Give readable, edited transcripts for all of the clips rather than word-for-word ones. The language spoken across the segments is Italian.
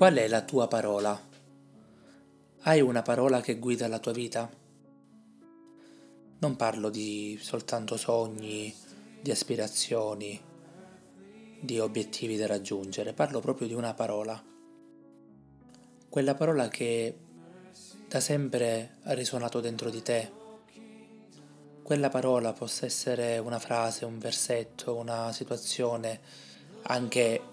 Qual è la tua parola? Hai una parola che guida la tua vita? Non parlo di soltanto sogni, di aspirazioni, di obiettivi da raggiungere, parlo proprio di una parola. Quella parola che da sempre ha risuonato dentro di te. Quella parola possa essere una frase, un versetto, una situazione, anche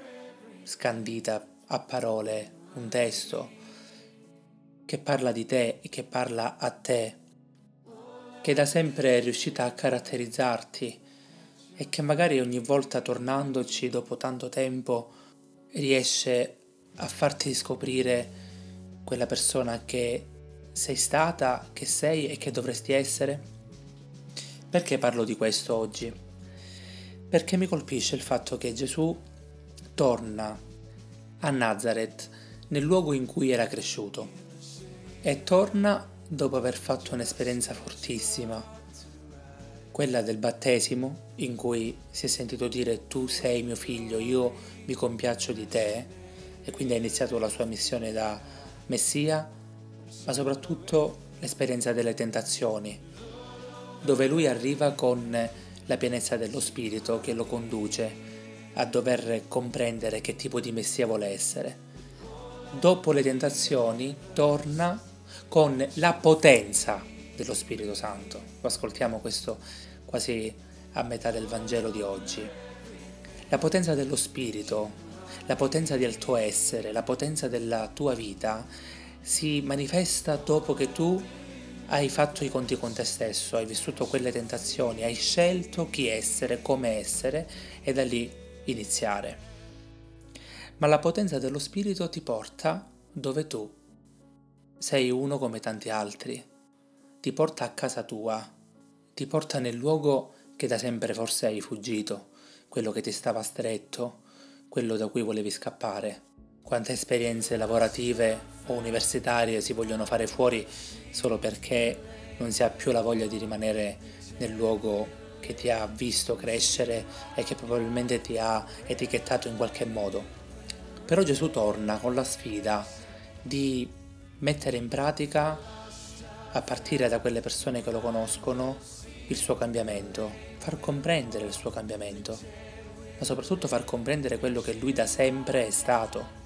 scandita a parole, un testo, che parla di te e che parla a te, che da sempre è riuscita a caratterizzarti e che magari ogni volta tornandoci dopo tanto tempo riesce a farti scoprire quella persona che sei stata, che sei e che dovresti essere. Perché parlo di questo oggi? Perché mi colpisce il fatto che Gesù torna a Nazareth, nel luogo in cui era cresciuto, e torna dopo aver fatto un'esperienza fortissima, quella del battesimo, in cui si è sentito dire tu sei mio figlio, io mi compiaccio di te, e quindi ha iniziato la sua missione da Messia, ma soprattutto l'esperienza delle tentazioni, dove lui arriva con la pienezza dello Spirito che lo conduce a dover comprendere che tipo di Messia vuole essere. Dopo le tentazioni torna con la potenza dello Spirito Santo. Ascoltiamo questo quasi a metà del Vangelo di oggi. La potenza dello Spirito, la potenza del tuo essere, la potenza della tua vita si manifesta dopo che tu hai fatto i conti con te stesso, hai vissuto quelle tentazioni, hai scelto chi essere, come essere e da lì iniziare. Ma la potenza dello Spirito ti porta dove tu sei uno come tanti altri, ti porta a casa tua, ti porta nel luogo che da sempre forse hai fuggito, quello che ti stava stretto, quello da cui volevi scappare. Quante esperienze lavorative o universitarie si vogliono fare fuori solo perché non si ha più la voglia di rimanere nel luogo che ti ha visto crescere e che probabilmente ti ha etichettato in qualche modo. Però Gesù torna con la sfida di mettere in pratica, a partire da quelle persone che lo conoscono, il suo cambiamento, far comprendere il suo cambiamento, ma soprattutto far comprendere quello che lui da sempre è stato.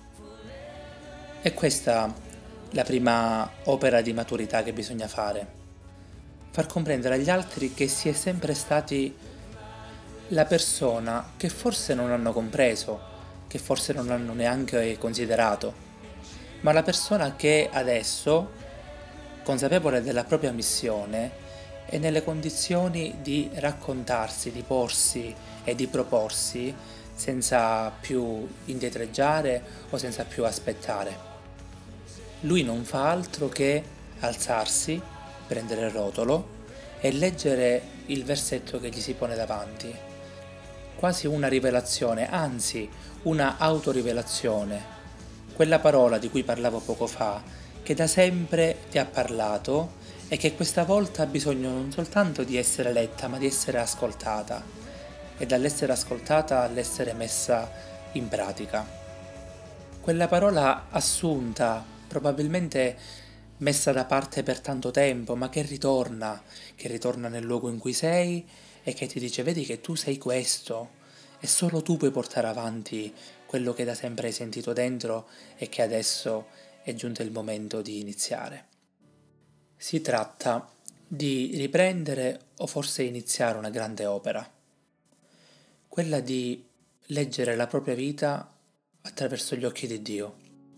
E questa è la prima opera di maturità che bisogna fare. Far comprendere agli altri che si è sempre stati la persona che forse non hanno compreso, che forse non hanno neanche considerato, ma la persona che adesso, consapevole della propria missione, è nelle condizioni di raccontarsi, di porsi e di proporsi senza più indietreggiare o senza più aspettare. Lui non fa altro che alzarsi, prendere il rotolo e leggere il versetto che gli si pone davanti. Quasi una rivelazione, anzi una autorivelazione. Quella parola di cui parlavo poco fa, che da sempre ti ha parlato e che questa volta ha bisogno non soltanto di essere letta, ma di essere ascoltata. E dall'essere ascoltata all'essere messa in pratica. Quella parola assunta, probabilmente messa da parte per tanto tempo, ma che ritorna nel luogo in cui sei e che ti dice vedi che tu sei questo e solo tu puoi portare avanti quello che da sempre hai sentito dentro e che adesso è giunto il momento di iniziare. Si tratta di riprendere o forse iniziare una grande opera, quella di leggere la propria vita attraverso gli occhi di Dio.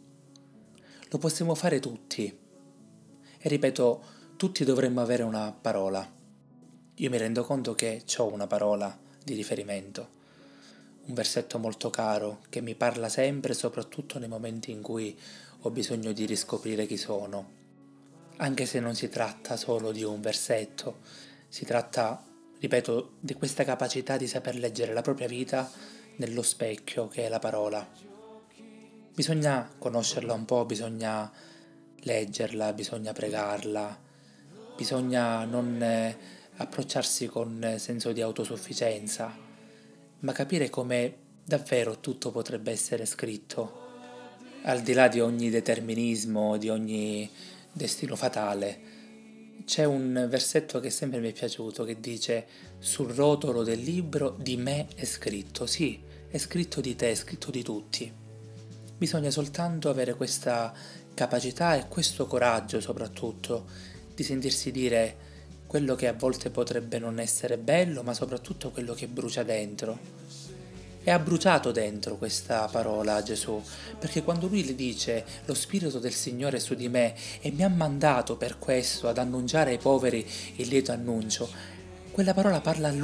Lo possiamo fare tutti e ripeto, tutti dovremmo avere una parola. Io mi rendo conto che ho una parola di riferimento, un versetto molto caro che mi parla sempre, soprattutto nei momenti in cui ho bisogno di riscoprire chi sono. Anche se non si tratta solo di un versetto, si tratta, ripeto, di questa capacità di saper leggere la propria vita nello specchio che è la parola. Bisogna conoscerla un po', bisogna leggerla, bisogna pregarla, bisogna non approcciarsi con senso di autosufficienza, ma capire come davvero tutto potrebbe essere scritto. al di là di ogni determinismo, di ogni destino fatale. C'è un versetto che sempre mi è piaciuto che dice: sul rotolo del libro di me è scritto. Sì, è scritto di te, è scritto di tutti. Bisogna soltanto avere questa capacità e questo coraggio soprattutto di sentirsi dire quello che a volte potrebbe non essere bello, ma soprattutto quello che brucia dentro. E ha bruciato dentro questa parola a Gesù, perché quando lui le dice lo Spirito del Signore è su di me e mi ha mandato per questo ad annunciare ai poveri il lieto annuncio, quella parola parla a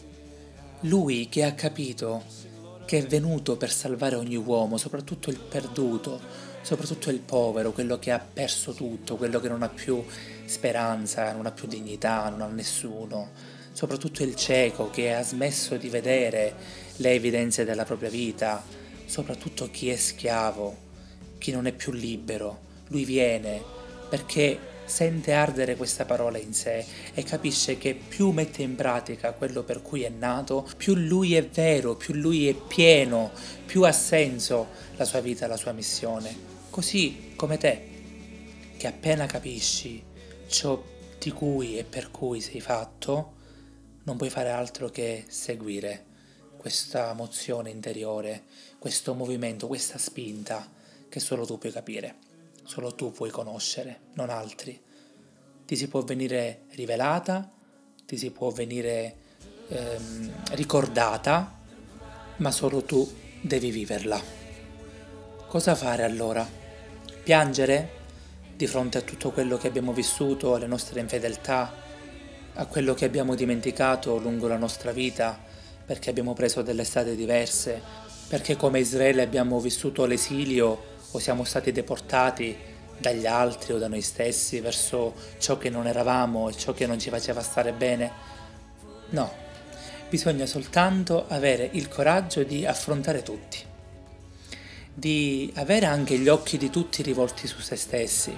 lui che ha capito che è venuto per salvare ogni uomo, soprattutto il perduto, soprattutto il povero, quello che ha perso tutto, quello che non ha più speranza, non ha più dignità, non ha nessuno, soprattutto il cieco che ha smesso di vedere le evidenze della propria vita, soprattutto chi è schiavo, chi non è più libero. Lui viene perché sente ardere questa parola in sé e capisce che più mette in pratica quello per cui è nato, più lui è vero, più lui è pieno, più ha senso la sua vita, la sua missione. Così come te, che appena capisci ciò di cui e per cui sei fatto, non puoi fare altro che seguire questa mozione interiore, questo movimento, questa spinta che solo tu puoi capire, solo tu puoi conoscere, non altri. Ti si può venire rivelata, ti si può venire ricordata, ma solo tu devi viverla. Cosa fare allora? Piangere di fronte a tutto quello che abbiamo vissuto, alle nostre infedeltà, a quello che abbiamo dimenticato lungo la nostra vita, perché abbiamo preso delle strade diverse, perché come Israele abbiamo vissuto l'esilio o siamo stati deportati dagli altri o da noi stessi verso ciò che non eravamo e ciò che non ci faceva stare bene? No, bisogna soltanto avere il coraggio di affrontare tutti, di avere anche gli occhi di tutti rivolti su se stessi,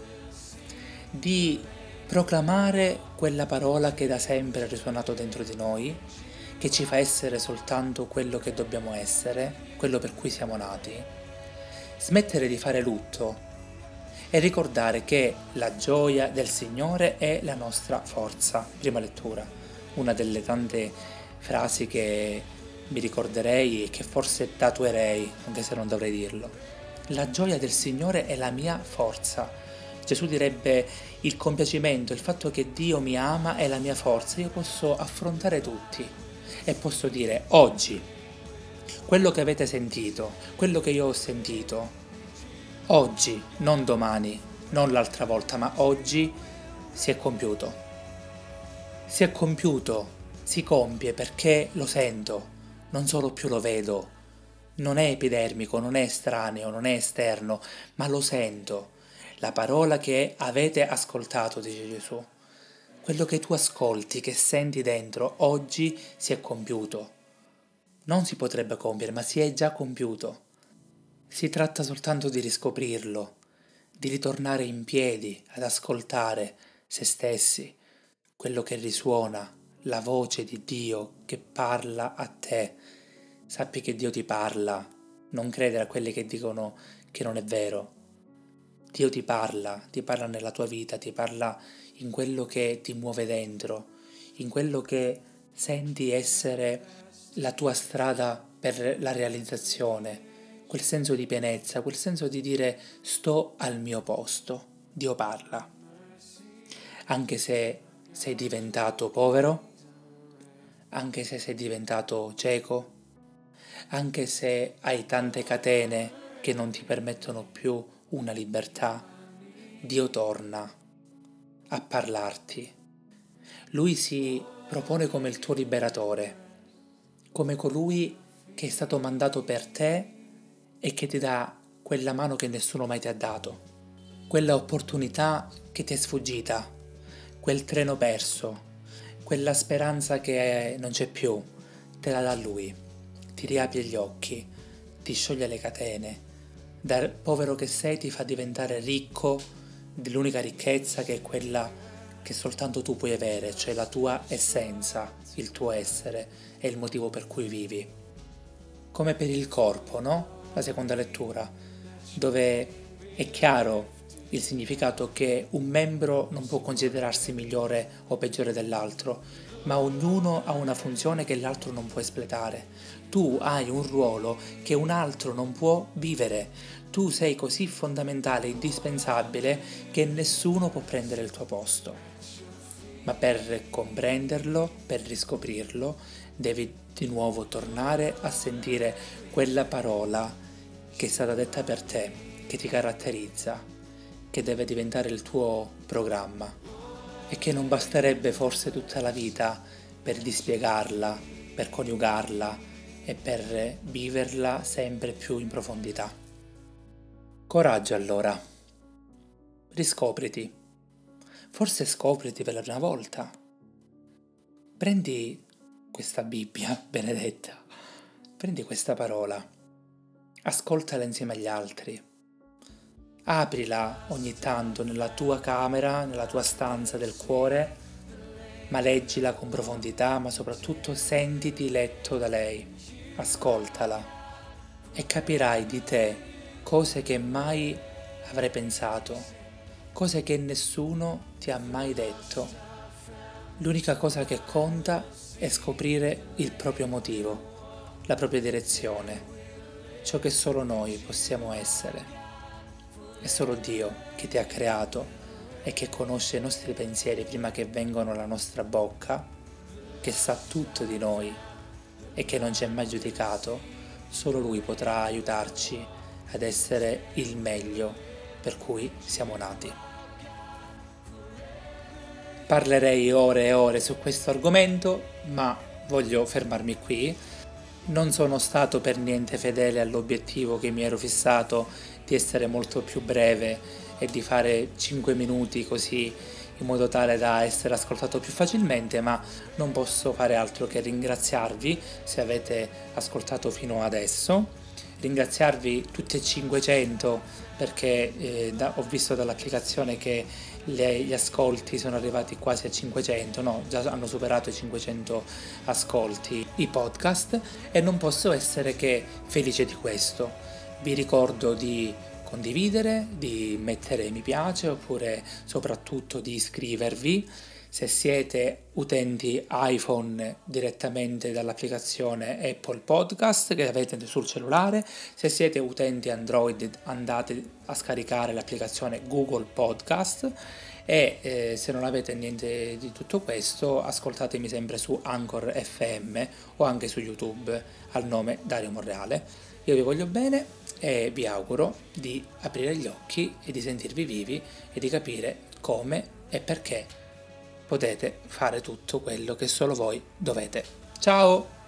di proclamare quella parola che da sempre ha risuonato dentro di noi, che ci fa essere soltanto quello che dobbiamo essere, quello per cui siamo nati, smettere di fare lutto e ricordare che la gioia del Signore è la nostra forza. Prima lettura, una delle tante frasi che mi ricorderei e che forse tatuerei, anche se non dovrei dirlo. La gioia del Signore è la mia forza. Gesù direbbe il compiacimento, il fatto che Dio mi ama è la mia forza. Io posso affrontare tutti e posso dire oggi, quello che avete sentito, quello che io ho sentito, oggi, non domani, non l'altra volta, ma oggi si è compiuto. Si è compiuto, si compie perché lo sento, non solo più lo vedo. Non è epidermico, non è estraneo, non è esterno, ma lo sento. La parola che avete ascoltato, dice Gesù. Quello che tu ascolti, che senti dentro, oggi si è compiuto. Non si potrebbe compiere, ma si è già compiuto. Si tratta soltanto di riscoprirlo, di ritornare in piedi ad ascoltare se stessi, quello che risuona, la voce di Dio che parla a te. Sappi che Dio ti parla, non credere a quelli che dicono che non è vero. Dio ti parla nella tua vita, ti parla in quello che ti muove dentro, in quello che senti essere la tua strada per la realizzazione, quel senso di pienezza, quel senso di dire sto al mio posto. Dio parla. Anche se sei diventato povero, anche se sei diventato cieco, anche se hai tante catene che non ti permettono più una libertà, Dio torna a parlarti. Lui si propone come il tuo liberatore, come colui che è stato mandato per te e che ti dà quella mano che nessuno mai ti ha dato, quella opportunità che ti è sfuggita, quel treno perso, quella speranza che non c'è più, te la dà lui, ti riapre gli occhi, ti scioglie le catene, da povero che sei ti fa diventare ricco dell'unica ricchezza che è quella che soltanto tu puoi avere, cioè la tua essenza, il tuo essere e il motivo per cui vivi. Come per il corpo, no? La seconda lettura. dove è chiaro il significato che un membro non può considerarsi migliore o peggiore dell'altro, ma ognuno ha una funzione che l'altro non può espletare. Tu hai un ruolo che un altro non può vivere. Tu sei così fondamentale, indispensabile, che nessuno può prendere il tuo posto. Ma per comprenderlo, per riscoprirlo, devi di nuovo tornare a sentire quella parola che è stata detta per te, che ti caratterizza, che deve diventare il tuo programma e che non basterebbe forse tutta la vita per dispiegarla, per coniugarla e per viverla sempre più in profondità. Coraggio allora, riscopriti, forse scopriti per la prima volta. Prendi questa Bibbia benedetta, prendi questa parola, ascoltala insieme agli altri. Aprila ogni tanto nella tua camera, nella tua stanza del cuore, ma leggila con profondità, ma soprattutto sentiti letto da lei. Ascoltala e capirai di te cose che mai avrai pensato, cose che nessuno ti ha mai detto. L'unica cosa che conta è scoprire il proprio motivo, la propria direzione, ciò che solo noi possiamo essere. È solo Dio che ti ha creato e che conosce i nostri pensieri prima che vengano alla nostra bocca, che sa tutto di noi e che non ci ha mai giudicato. Solo Lui potrà aiutarci ad essere il meglio per cui siamo nati. Parlerei ore e ore su questo argomento, ma voglio fermarmi qui. Non sono stato per niente fedele all'obiettivo che mi ero fissato di essere molto più breve e di fare 5 minuti così in modo tale da essere ascoltato più facilmente, ma non posso fare altro che ringraziarvi se avete ascoltato fino adesso, ringraziarvi tutti e 500 perché ho visto dall'applicazione che gli ascolti sono arrivati quasi a 500, no, già hanno superato i 500 ascolti i podcast e non posso essere che felice di questo. Vi ricordo di condividere, di mettere mi piace oppure soprattutto di iscrivervi. Se siete utenti iPhone direttamente dall'applicazione Apple Podcast che avete sul cellulare, se siete utenti Android andate a scaricare l'applicazione Google Podcast e se non avete niente di tutto questo ascoltatemi sempre su Anchor FM o anche su YouTube al nome Dario Monreale. Io vi voglio bene e vi auguro di aprire gli occhi e di sentirvi vivi e di capire come e perché potete fare tutto quello che solo voi dovete. Ciao!